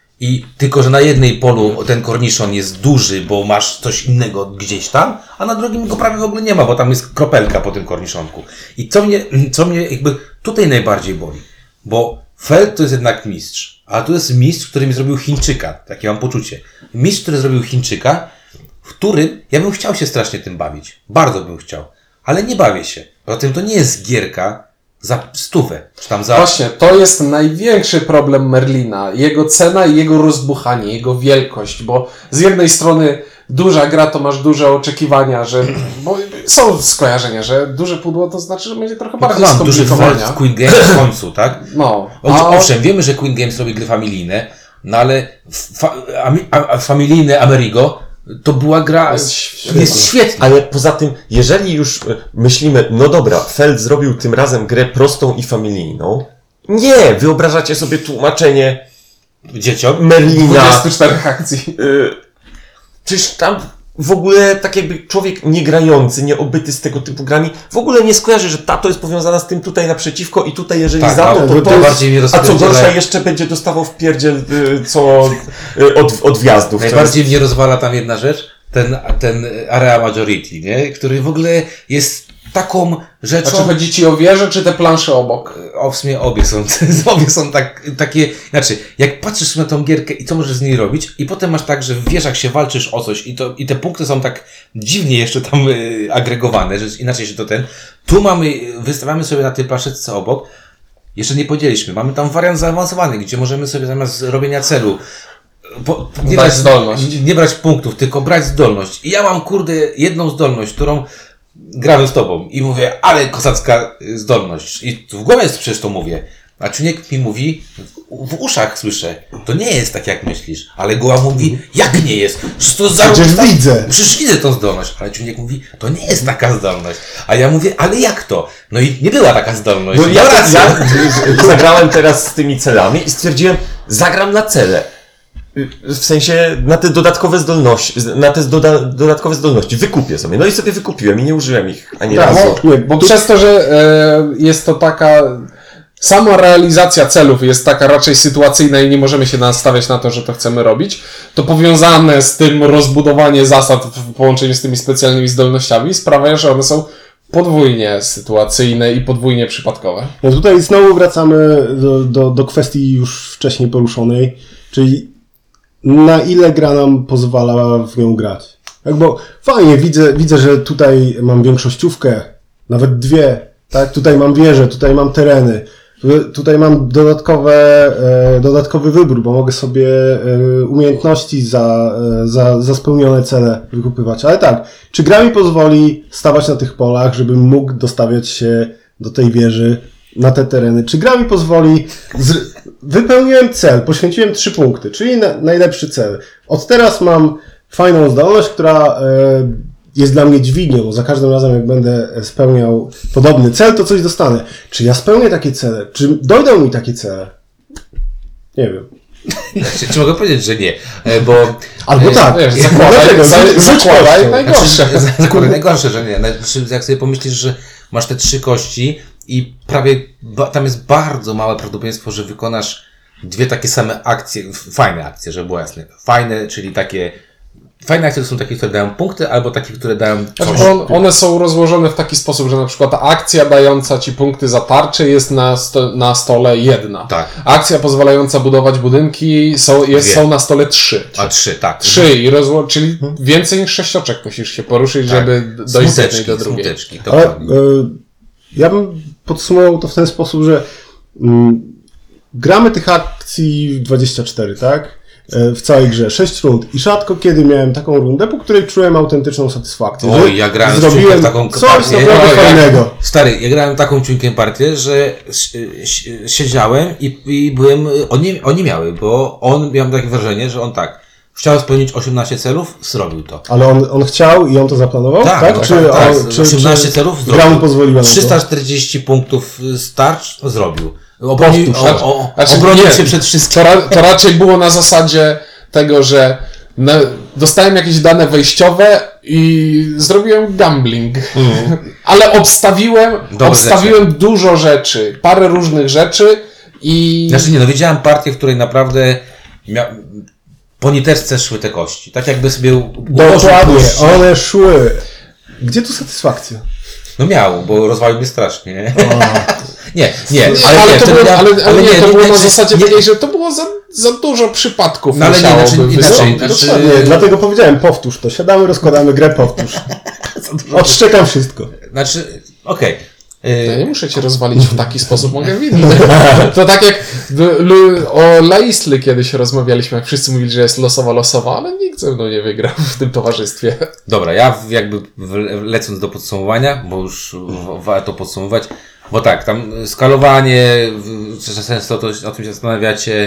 I tylko, że na jednej polu ten korniszon jest duży, bo masz coś innego gdzieś tam, a na drugim go prawie w ogóle nie ma, bo tam jest kropelka po tym korniszonku. I co mnie, co mnie jakby tutaj najbardziej boli, bo Feld to jest jednak mistrz, a tu jest mistrz, który mi zrobił Chińczyka, takie mam poczucie. Mistrz, który zrobił Chińczyka, w którym ja bym chciał się strasznie tym bawić. Bardzo bym chciał. Ale nie bawię się. Poza tym to nie jest gierka za stówę. Czy tam za... Właśnie, to jest największy problem Merlina. Jego cena i jego rozbuchanie, jego wielkość, bo z jednej strony duża gra to masz duże oczekiwania, że bo są skojarzenia, że duże pudło to znaczy, że będzie trochę bardziej Mam duży Feld skomplikowania. w Queen Games w końcu, tak? No, Owszem, a owszem, wiemy, że Queen Games robi gry familijne, no ale fa- ami- a, a familijny Amerigo to była gra... Jest świetna. Jest świetna. Ale poza tym, jeżeli już e, myślimy, no dobra, Feld zrobił tym razem grę prostą i familijną. Nie! Wyobrażacie sobie tłumaczenie Dzieciom. Merlina. dwadzieścia cztery akcji. Y, Czyż tam w ogóle tak jakby człowiek niegrający, nieobyty z tego typu grami, w ogóle nie skojarzy, że ta to jest powiązana z tym tutaj naprzeciwko i tutaj jeżeli Tak, za no, to, to, to, to to bardziej mnie a co rozpierdziela. gorsza jeszcze będzie dostawał w pierdziel y, co y, od, od wjazdów. co Najbardziej mnie rozwala tam jedna rzecz, ten, ten Area Majority, nie? Który w ogóle jest taką rzeczą... Znaczy chodzi ci o wieżę, czy te plansze obok? O, w sumie obie są, obie są tak, takie, znaczy, jak patrzysz na tą gierkę i co możesz z niej robić i potem masz tak, że w wieżach się walczysz o coś i to, i te punkty są tak dziwnie jeszcze tam y, agregowane, że inaczej się to ten, tu mamy, wystawiamy sobie na tej planszetce obok, jeszcze nie podzieliśmy, mamy tam wariant zaawansowany, gdzie możemy sobie zamiast robienia celu po, nie Brać zdolność. Nie, nie brać punktów, tylko brać zdolność. I ja mam, kurde, jedną zdolność, którą gramy z tobą i mówię, ale kozacka zdolność. I w głowie przecież to mówię. A Czuniek mi mówi, w uszach słyszę, to nie jest tak jak myślisz. Ale głowa mówi, jak nie jest? Przecież to za Przecież widzę. Przecież widzę tą zdolność. Ale Czuniek mówi, to nie jest taka zdolność. A ja mówię, ale jak to? No i nie była taka zdolność. No ja, Mam rację. ja zagrałem teraz z tymi celami i stwierdziłem, zagram na cele. W sensie na te dodatkowe zdolności, na te doda dodatkowe zdolności. Wykupię sobie. No i sobie wykupiłem i nie użyłem ich ani Tak, razu. bo, bo przez to, że e, jest to taka... Sama realizacja celów jest taka raczej sytuacyjna i nie możemy się nastawiać na to, że to chcemy robić, to powiązane z tym rozbudowanie zasad w połączeniu z tymi specjalnymi zdolnościami sprawia, że one są podwójnie sytuacyjne i podwójnie przypadkowe. No tutaj znowu wracamy do, do, do kwestii już wcześniej poruszonej, czyli na ile gra nam pozwala w nią grać. Tak, bo fajnie, widzę, widzę, że tutaj mam większościówkę, nawet dwie, tak? Tutaj mam wieże, tutaj mam tereny, tu- tutaj mam dodatkowe, e, dodatkowy wybór, bo mogę sobie e, umiejętności za, e, za, za spełnione cele wykupywać. Ale tak, czy gra mi pozwoli stawać na tych polach, żebym mógł dostawiać się do tej wieży, na te tereny? Czy gra mi pozwoli... Z... Wypełniłem cel, poświęciłem trzy punkty, czyli na, najlepszy cel. Od teraz mam fajną zdolność, która e, jest dla mnie dźwignią. Za każdym razem, jak będę spełniał podobny cel, to coś dostanę. Czy ja spełnię takie cele? Czy dojdą mi takie cele? Nie wiem. Czy, czy mogę powiedzieć, że nie? E, Bo... Albo e, tak. Wiesz, zakładaj, Dlatego, za- rzuć- rzuć zakładaj kością. najgorsze. Znaczy, zakładam najgorsze, że nie. Znaczy, jak sobie pomyślisz, że masz te trzy kości i prawie ba, tam jest bardzo małe prawdopodobieństwo, że wykonasz dwie takie same akcje, f- fajne akcje, żeby było jasne. Fajne, czyli takie fajne akcje to są takie, które dają punkty, albo takie, które dają coś. Znaczy, on, one są rozłożone w taki sposób, że na przykład akcja dająca ci punkty za tarczę jest na, sto, na stole jedna. Tak. Akcja pozwalająca budować budynki są, jest, Dwie. są na stole trzy. A trzy, tak. Trzy i rozło- czyli więcej niż sześcioczek musisz się poruszyć, Tak. żeby dojść z jednej Smuteczki, do drugiej. smuteczki, Ale dokładnie. e, ja bym podsumował to w ten sposób, że mm, gramy tych akcji w dwadzieścia cztery, tak? E, w całej grze. sześć rund. I rzadko kiedy miałem taką rundę, po której czułem autentyczną satysfakcję. Oj, że ja grałem z zrobiłem ciunkiem taką coś partię. naprawdę Oj, fajnego. Stary, ja grałem taką ciunkiem partię, że s- s- siedziałem i, i byłem, oni, oni miały, bo on, miałem takie wrażenie, że on tak, chciał spełnić osiemnaście celów, zrobił to. Ale on, on chciał i on to zaplanował? Tak, Tak? no, Czy, tak, tak. on- czy, osiemnaście czy celów gra mu zrobił. pozwoliła na to? trzysta czterdzieści punktów starcz zrobił. Obronił, Powtórz. o, o, Znaczy, obronił nie. się przed wszystkim. To, ra- to raczej było na zasadzie tego, że na, dostałem jakieś dane wejściowe i zrobiłem gambling. Ale obstawiłem, Dobre obstawiłem dużo rzeczy, parę różnych rzeczy i... Znaczy nie, no widziałem partię, w której naprawdę mia... po niteczce szły te kości. Tak jakby sobie ułożył Dokładnie, kości. one szły. Gdzie tu satysfakcja? No miał, bo rozwalił mnie strasznie. Nie, nie, nie Nie, ale, ale, nie, to wtedy było, miałem- ale, ale nie, to było na nie, zasadzie nie, takiej, że to było za, za dużo przypadków. No ale nie, musiałoby znaczy, wystąpić. inaczej, znaczy- Dokładnie, dlatego powiedziałem, powtórz to. Siadamy, rozkładamy grę, powtórz. Odszczekam wszystko. Znaczy, okej. Ja Y, nie muszę cię rozwalić w taki sposób, mogę w inny. To tak jak d- lu- o Laisly kiedyś rozmawialiśmy, jak wszyscy mówili, że jest losowa, losowa, ale nikt ze mną nie wygrał w tym towarzystwie. Dobra, ja w- jakby w- lecąc do podsumowania, bo już w- warto podsumować, bo tak, tam skalowanie, w- często to, o tym się zastanawiacie,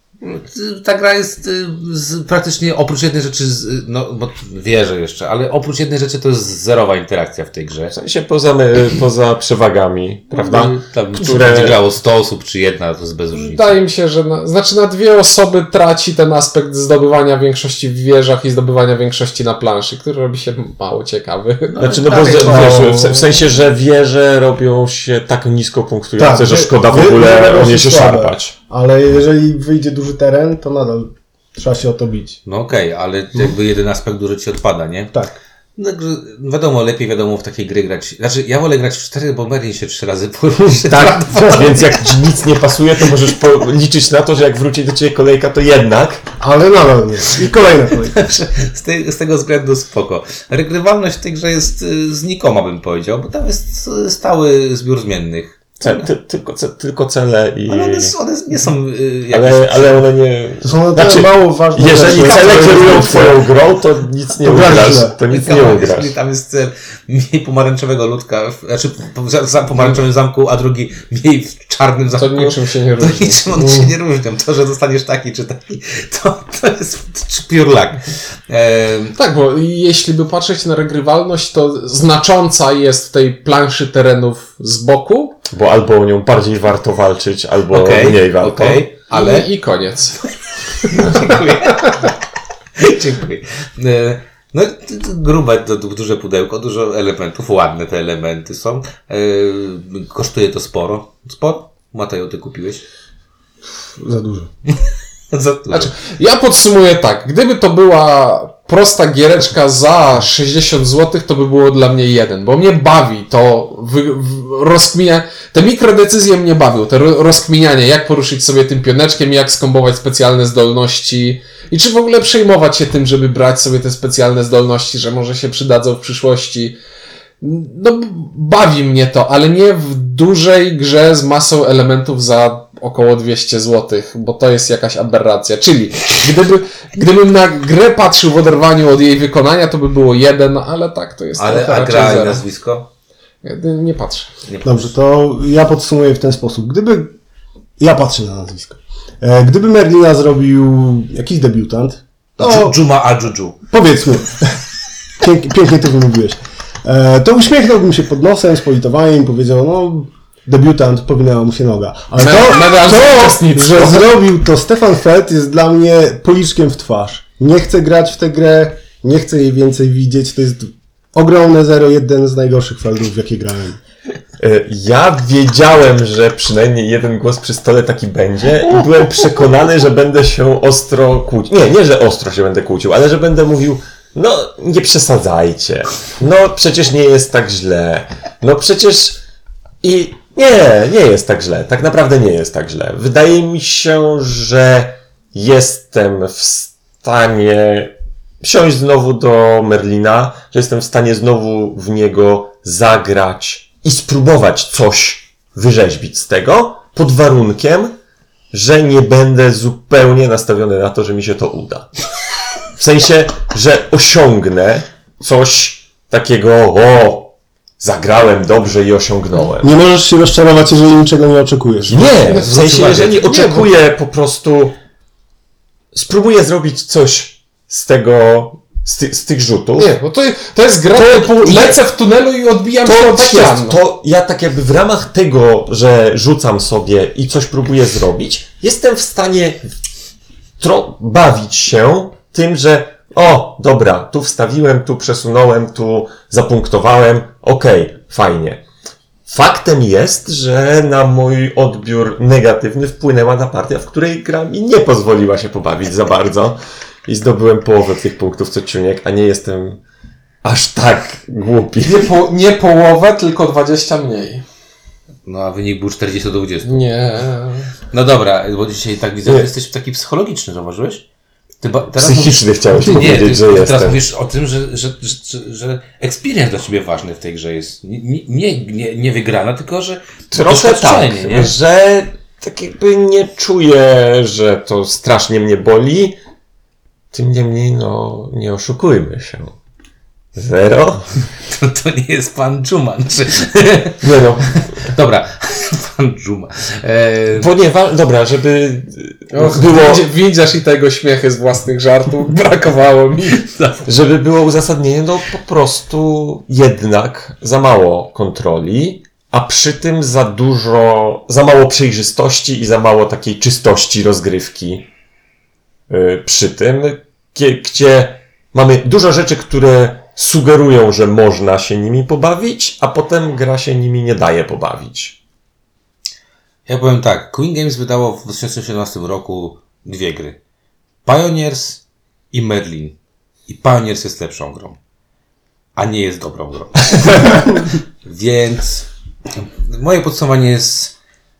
ta gra jest y, z, praktycznie oprócz jednej rzeczy, z, no bo wierzę jeszcze, ale oprócz jednej rzeczy to jest zerowa interakcja w tej grze. W sensie poza, my- poza przewagami, prawda? Tam, Które- Które... będzie grało sto osób czy jedna, to jest bez różnicy. Wydaje mi się, że na, znaczy na dwie osoby traci ten aspekt zdobywania większości w wieżach i zdobywania większości na planszy, który robi się mało ciekawy. Znaczy, no bo tak, z, to- wiesz, w, se- w sensie, że wieże robią się tak nisko punktujące, Tak, że wie- szkoda w wie- ogóle wieże o robią nie się się słabe. szarpać. Ale jeżeli wyjdzie duży teren, to nadal trzeba się o to bić. No okej, ale jakby jeden aspekt duży ci odpada, nie? Tak. Także wiadomo, lepiej wiadomo w takiej gry grać. Znaczy, ja wolę grać w cztery, bo Merlin się trzy razy poruszy. Tak, więc jak ci nic nie pasuje, to możesz po- liczyć na to, że jak wróci do ciebie kolejka, to jednak. Ale nadal nie. I kolejna kolejka. Z, tej, z tego względu spoko. Regrywalność w tej grze jest y, znikoma, bym powiedział, bo tam jest y, stały zbiór zmiennych. Ce, ty, tylko, ce, tylko cele i... Ale one, one nie są y, jakieś... Ale, ale one nie... To są Znaczy, znaczy, mało ważne Jeżeli rzeczy. cele kierują twoją grą, to nic nie To gra ugrasz. źle. To nic Tam nie jest- ugrasz. Jeżeli tam jest cel mniej pomarańczowego ludka, w- znaczy po- za- za pomarańczowym zamku, a drugi mniej w czarnym To zamku. niczym się nie To różni. niczym one się nie różnią. To, że dostaniesz taki czy taki, to, to jest pure luck. Ehm, Tak, bo jeśli by patrzeć na regrywalność, to znacząca jest w tej planszy terenów z boku Bo albo o nią bardziej warto walczyć, albo Okej, mniej warto. okej, ale... ale... i, i koniec. Dziękuję. Dziękuję. E, No, t- t- grube, to, to duże pudełko, dużo elementów, ładne te elementy są. E, kosztuje to sporo. Sporo? Matejo, ty kupiłeś? Za dużo. Za dużo. Znaczy, ja podsumuję tak. Gdyby to była prosta giereczka za sześćdziesiąt złotych, to by było dla mnie jeden, bo mnie bawi to wy, w, rozkminia, te mikrodecyzje mnie bawią, te ro, rozkminianie, jak poruszyć sobie tym pioneczkiem, jak skombować specjalne zdolności i czy w ogóle przejmować się tym, żeby brać sobie te specjalne zdolności, że może się przydadzą w przyszłości. No, b- bawi mnie to, ale nie w dużej grze z masą elementów za około dwieście złotych, bo to jest jakaś aberracja. Czyli gdyby, gdybym na grę patrzył w oderwaniu od jej wykonania, to by było jeden, ale tak to jest Ale trochę a raczej gra i zero. nazwisko? Nie patrzę. Nie Dobrze, to ja podsumuję w ten sposób. Gdyby... Ja patrzę na nazwisko. E, Gdyby Merlina zrobił jakiś debiutant, to Dżu- Dżuma a Juju. powiedzmy, pięk, pięknie to wymówiłeś, e, to uśmiechnąłbym się pod nosem z politowaniem i powiedział, no debiutant, powinęła mu się noga. Ale Me- to, medal za to uczestnictwo. że zrobił to Stefan Feld jest dla mnie policzkiem w twarz. Nie chcę grać w tę grę, nie chcę jej więcej widzieć, to jest ogromne zero, jeden z najgorszych Feldów, w jakie grałem. Y, Ja wiedziałem, że przynajmniej jeden głos przy stole taki będzie i byłem przekonany, że będę się ostro kłócił. Nie, nie, że ostro się będę kłócił, ale że będę mówił no nie przesadzajcie. No przecież nie jest tak źle. No przecież i nie, nie jest tak źle. Tak naprawdę nie jest tak źle. Wydaje mi się, że jestem w stanie wsiąść znowu do Merlina, że jestem w stanie znowu w niego zagrać i spróbować coś wyrzeźbić z tego, pod warunkiem, że nie będę zupełnie nastawiony na to, że mi się to uda. W sensie, że osiągnę coś takiego, o, zagrałem dobrze i osiągnąłem. Nie możesz się rozczarować, jeżeli niczego nie oczekujesz. Nie, w sensie, jeżeli oczekuję po prostu, spróbuję zrobić coś z tego, z, ty, z tych rzutów. Nie, bo to, to jest gra, To- typu nie. lecę w tunelu i odbijam się To od tak ścian. jest, to ja tak jakby w ramach tego, że rzucam sobie i coś próbuję zrobić, jestem w stanie tro- bawić się tym, że o, dobra, tu wstawiłem, tu przesunąłem, tu zapunktowałem, okej, fajnie. Faktem jest, że na mój odbiór negatywny wpłynęła ta partia, w której gra mi nie pozwoliła się pobawić za bardzo i zdobyłem połowę tych punktów co Ciuniek, a nie jestem aż tak głupi. Nie, po, nie połowę, tylko dwadzieścia mniej. No a wynik był czterdzieści do dwudziestu. Nie. No dobra, bo dzisiaj tak widzę, Nie. że jesteś taki psychologiczny, zauważyłeś? Ty ba- teraz Psychiczny chciałeś Ty nie, powiedzieć, ty, że ty jestem. teraz mówisz o tym, że, że, że, że, że experience dla ciebie ważny w tej grze jest. Nie, nie, nie, nie wygrana, tylko że Trochę tak, doświadczenie, nie? że tak jakby nie czuję, że to strasznie mnie boli. Tym niemniej, no, nie oszukujmy się. Zero? To, to nie jest pan Juman. Czy... Nie no, Dobra, pan Juma. E, ponieważ, dobra, żeby Och, było, widzi- Widzisz i tego śmiechy z własnych żartów. Brakowało mi. żeby było uzasadnienie, no po prostu jednak za mało kontroli, a przy tym za dużo, za mało przejrzystości i za mało takiej czystości rozgrywki yy, przy tym, gie- gdzie mamy dużo rzeczy, które sugerują, że można się nimi pobawić, a potem gra się nimi nie daje pobawić. ja powiem tak, Queen Games wydało w dwa tysiące siedemnastym roku dwie gry. Pioneers i Merlin. I Pioneers jest lepszą grą. A nie jest dobrą grą. Więc moje podsumowanie jest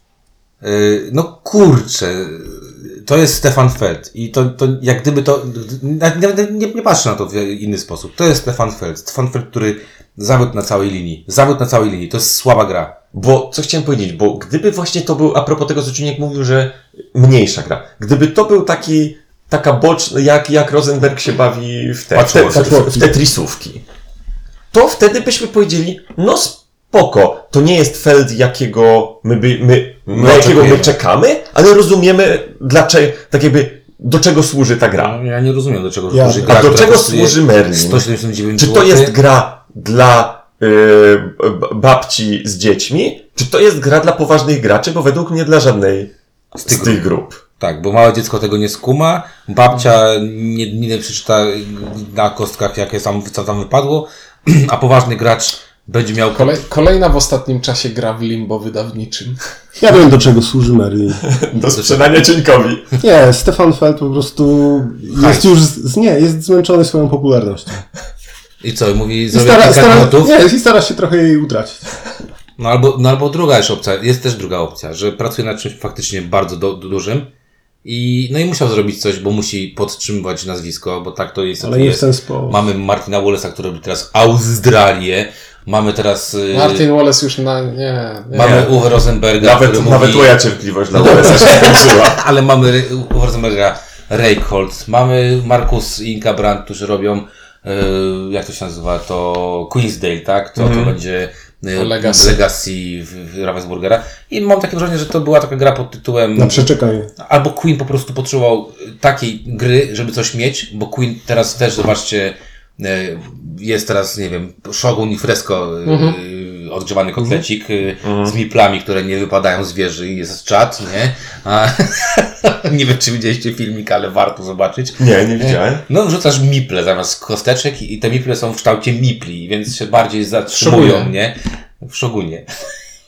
yy, no kurczę, to jest Stefan Feld i to, to jak gdyby to nawet nie, nie patrzę na to w inny sposób. To jest Stefan Feld. Stefan Feld, który zawód na całej linii. Zawód na całej linii. To jest słaba gra. Bo, co chciałem powiedzieć, bo gdyby właśnie to był, a propos tego, co Czuniek mówił, że mniejsza gra, gdyby to był taki, taka boczna, jak, jak Rosenberg się bawi w te, w, te, w, w Tetrisówki, to wtedy byśmy powiedzieli, no spoko, to nie jest Feld, jakiego my, by, my, na jakiego my czekamy, ale rozumiemy, dlaczego, tak jakby, do czego służy ta gra. No, ja nie rozumiem, do czego Ja- służy A gra, do która czego kosztuje służy Merlin? sto siedemdziesiąt dziewięć Czy to złotych. jest gra dla yy, b- babci z dziećmi, czy to jest gra dla poważnych graczy, bo według mnie dla żadnej z tych tych grup. Tak, bo małe dziecko tego nie skuma, babcia nie, nie przeczyta na kostkach, jakie tam, co tam wypadło, a poważny gracz będzie miał... Kolej, kolejna w ostatnim czasie gra w limbo wydawniczym. Ja wiem, do czego służy Merlin. Do sprzedania Cienkowi. Nie, Stefan Feld po prostu jest już, z, nie, jest zmęczony swoją popularnością. I co, mówi, I zrobię stara, kilka stara, minutów? nie, i stara się trochę jej utracić. No albo, no albo druga jest opcja, jest też druga opcja, że pracuje nad czymś faktycznie bardzo do, dużym i no i musiał zrobić coś, bo musi podtrzymywać nazwisko, bo tak to jest. Ale nie jest. w ten sposób. Mamy Martina Wallace'a, który robi teraz Australię, mamy teraz... y, Martin Wallace już na... Nie, nie. Mamy Uwe Rosenberga, Nawet, który nawet mówi... moja cierpliwość dla Wallace'a się skończyła. Ale mamy Uwe Rosenberga, Reykholt, mamy Markus i Inka Brandt, którzy robią, yy, jak to się nazywa, to Queensdale, tak? To, Mhm. to będzie yy, Legacy. Legacy w, w Ravensburgera. I mam takie wrażenie, że to była taka gra pod tytułem... Na przeczekanie. Albo Queen po prostu potrzebował takiej gry, żeby coś mieć, bo Queen teraz też, zobaczcie, yy, jest teraz, nie wiem, Shogun i Fresco, yy, odgrzewany kotlecik yy, z miplami, które nie wypadają z wieży i jest czat, nie? A, nie wiem, czy widzieliście filmik, ale warto zobaczyć. Nie, nie widziałem. No, wrzucasz miple zamiast kosteczek i te miple są w kształcie mipli, więc się bardziej zatrzymują, Shogunie. nie? W Shogunie.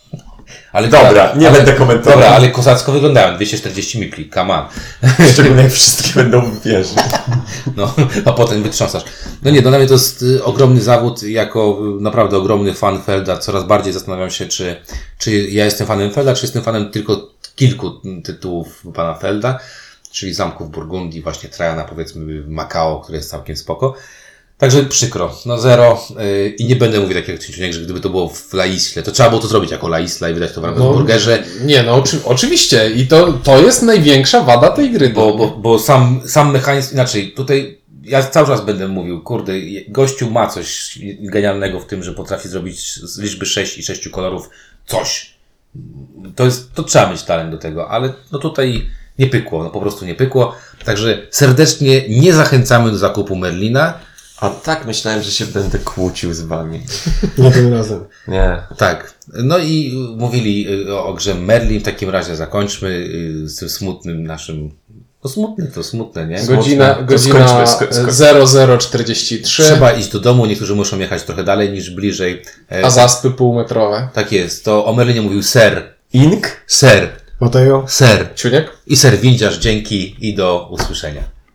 Ale Dobra, nie ale, będę komentował. Dobra, ale kozacko wyglądają. dwieście czterdzieści mikli, come on. Szczególnie jak wszystkie będą w wieży. No, a potem wytrząsasz. No nie, no dla mnie to jest y, ogromny zawód. Jako y, naprawdę ogromny fan Felda coraz bardziej zastanawiam się, czy, czy ja jestem fanem Felda, czy jestem fanem tylko kilku tytułów pana Felda, czyli Zamków Burgundii, właśnie Trajana, powiedzmy Macao, które jest całkiem spoko. Także przykro, no zero yy, i nie będę mówił takiego jak że gdyby to było w La Isle, to trzeba było to zrobić jako La Isla i wydać to w ramach No, burgerze, Nie, no oczy, oczywiście. I to, to jest największa wada tej gry. bo, bo, bo sam, sam mechanizm, inaczej, tutaj ja cały czas będę mówił, kurde, gościu ma coś genialnego w tym, że potrafi zrobić z liczby sześć i sześciu kolorów coś. To jest, to trzeba mieć talent do tego, ale no tutaj nie pykło, no po prostu nie pykło. Także serdecznie nie zachęcamy do zakupu Merlina. A tak myślałem, że się będę kłócił z wami. Nie tym razem. Nie. Tak. No i mówili y, o, o grze Merlin. W takim razie zakończmy y, z tym smutnym naszym... No smutne to smutne, nie? Godzina, To godzina skończmy, sko- sko- zero zero czterdzieści trzy, Trzeba iść do domu, niektórzy muszą jechać trochę dalej niż bliżej. E, a zaspy półmetrowe. Tak jest. To o Merlinie mówił ser. Ink? Ser. Mateo? Ser. Ciuniek? I ser windziarz. Dzięki i do usłyszenia.